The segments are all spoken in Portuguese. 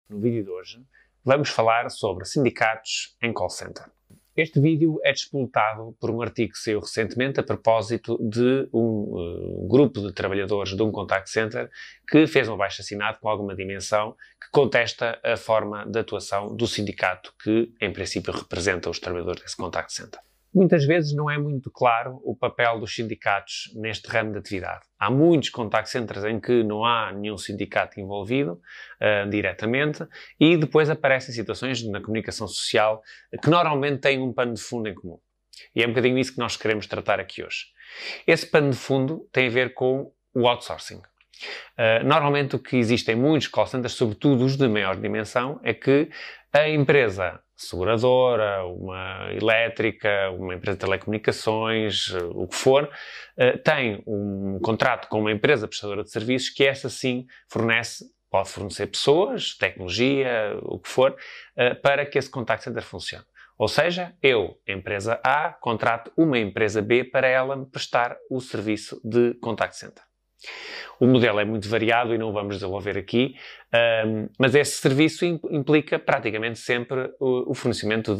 No vídeo de hoje, vamos falar sobre sindicatos em call center. Este vídeo é disputado por um artigo que saiu recentemente a propósito de um grupo de trabalhadores de um contact center que fez um abaixo-assinado com alguma dimensão que contesta a forma de atuação do sindicato que, em princípio, representa os trabalhadores desse contact center. Muitas vezes não é muito claro o papel dos sindicatos neste ramo de atividade. Há muitos contact centers em que não há nenhum sindicato envolvido diretamente e depois aparecem situações na comunicação social que normalmente têm um pano de fundo em comum. E é um bocadinho isso que nós queremos tratar aqui hoje. Esse pano de fundo tem a ver com o outsourcing. Normalmente o que existe em muitos call centers, sobretudo os de maior dimensão, é que a empresa seguradora, uma elétrica, uma empresa de telecomunicações, o que for, tem um contrato com uma empresa prestadora de serviços que essa sim pode fornecer pessoas, tecnologia, o que for, para que esse contact center funcione. Ou seja, eu, empresa A, contrato uma empresa B para ela me prestar o serviço de contact center. O modelo é muito variado e não o vamos desenvolver aqui, mas esse serviço implica praticamente sempre o fornecimento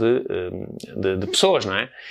de pessoas, não é?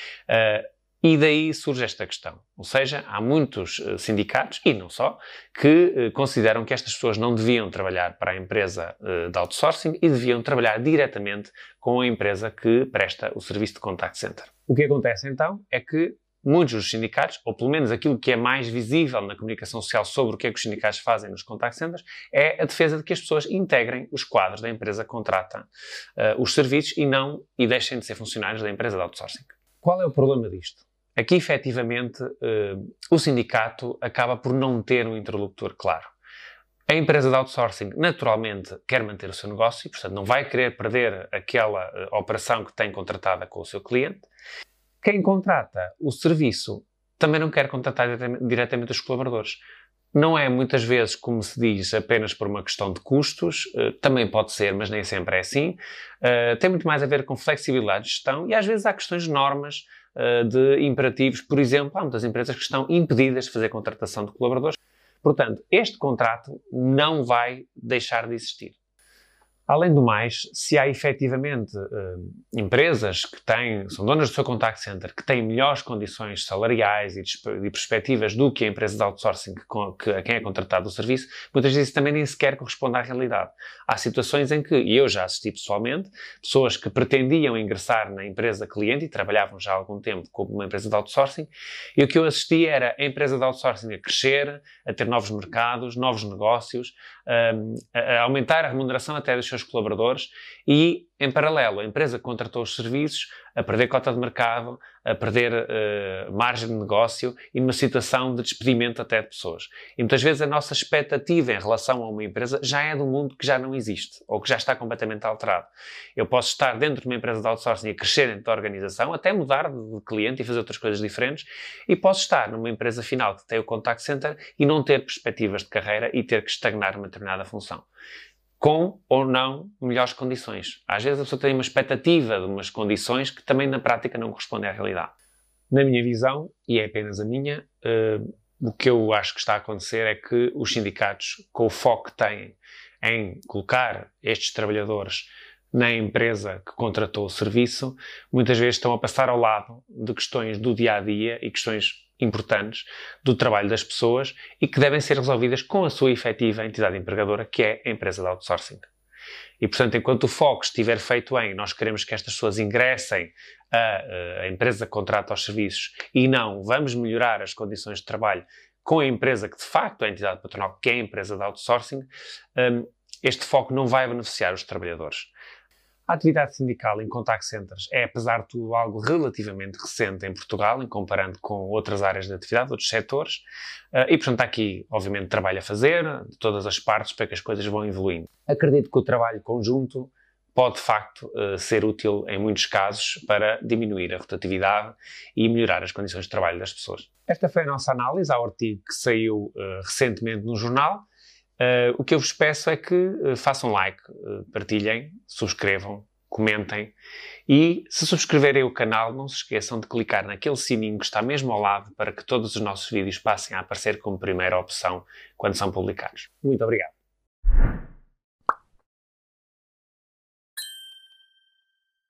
E daí surge esta questão. Ou seja, há muitos sindicatos, e não só, que consideram que estas pessoas não deviam trabalhar para a empresa de outsourcing e deviam trabalhar diretamente com a empresa que presta o serviço de contact center. O que acontece então é que muitos dos sindicatos, ou pelo menos aquilo que é mais visível na comunicação social sobre o que é que os sindicatos fazem nos contact centers, é a defesa de que as pessoas integrem os quadros da empresa que contrata os serviços e deixem de ser funcionários da empresa de outsourcing. Qual é o problema disto? Aqui, efetivamente, o sindicato acaba por não ter um interlocutor claro. A empresa de outsourcing, naturalmente, quer manter o seu negócio e, portanto, não vai querer perder aquela operação que tem contratada com o seu cliente. Quem contrata o serviço também não quer contratar diretamente os colaboradores. Não é muitas vezes, como se diz, apenas por uma questão de custos, também pode ser, mas nem sempre é assim. Tem muito mais a ver com flexibilidade de gestão e às vezes há questões de normas, de imperativos. Por exemplo, há muitas empresas que estão impedidas de fazer contratação de colaboradores. Portanto, este contrato não vai deixar de existir. Além do mais, se há efetivamente empresas que são donas do seu contact center, que têm melhores condições salariais e perspectivas do que a empresa de outsourcing a quem é contratado o serviço, muitas vezes também nem sequer corresponde à realidade. Há situações em que, e eu já assisti pessoalmente, pessoas que pretendiam ingressar na empresa cliente e trabalhavam já há algum tempo como uma empresa de outsourcing, e o que eu assisti era a empresa de outsourcing a crescer, a ter novos mercados, novos negócios, a aumentar a remuneração até dos seus colaboradores e, em paralelo, a empresa que contratou os serviços a perder cota de mercado, a perder margem de negócio e numa situação de despedimento até de pessoas. E muitas vezes a nossa expectativa em relação a uma empresa já é de um mundo que já não existe ou que já está completamente alterado. Eu posso estar dentro de uma empresa de outsourcing e crescer dentro da organização, até mudar de cliente e fazer outras coisas diferentes, e posso estar numa empresa final que tem o contact center e não ter perspectivas de carreira e ter que estagnar numa determinada função, com ou não melhores condições. Às vezes a pessoa tem uma expectativa de umas condições que também na prática não correspondem à realidade. Na minha visão, e é apenas a minha, o que eu acho que está a acontecer é que os sindicatos, com o foco que têm em colocar estes trabalhadores na empresa que contratou o serviço, muitas vezes estão a passar ao lado de questões do dia-a-dia e questões importantes do trabalho das pessoas e que devem ser resolvidas com a sua efetiva entidade empregadora, que é a empresa de outsourcing. E, portanto, enquanto o foco estiver feito em nós queremos que estas pessoas ingressem a empresa que contrata os serviços e não vamos melhorar as condições de trabalho com a empresa que de facto é a entidade patronal, que é a empresa de outsourcing, este foco não vai beneficiar os trabalhadores. A atividade sindical em contact centers é, apesar de tudo, algo relativamente recente em Portugal, em comparando com outras áreas de atividade, outros setores, e, portanto, há aqui, obviamente, trabalho a fazer, de todas as partes, para que as coisas vão evoluindo. Acredito que o trabalho conjunto pode, de facto, ser útil em muitos casos para diminuir a rotatividade e melhorar as condições de trabalho das pessoas. Esta foi a nossa análise ao artigo que saiu recentemente no jornal. O que eu vos peço é que façam like, partilhem, subscrevam, comentem e, se subscreverem o canal, não se esqueçam de clicar naquele sininho que está mesmo ao lado para que todos os nossos vídeos passem a aparecer como primeira opção quando são publicados. Muito obrigado.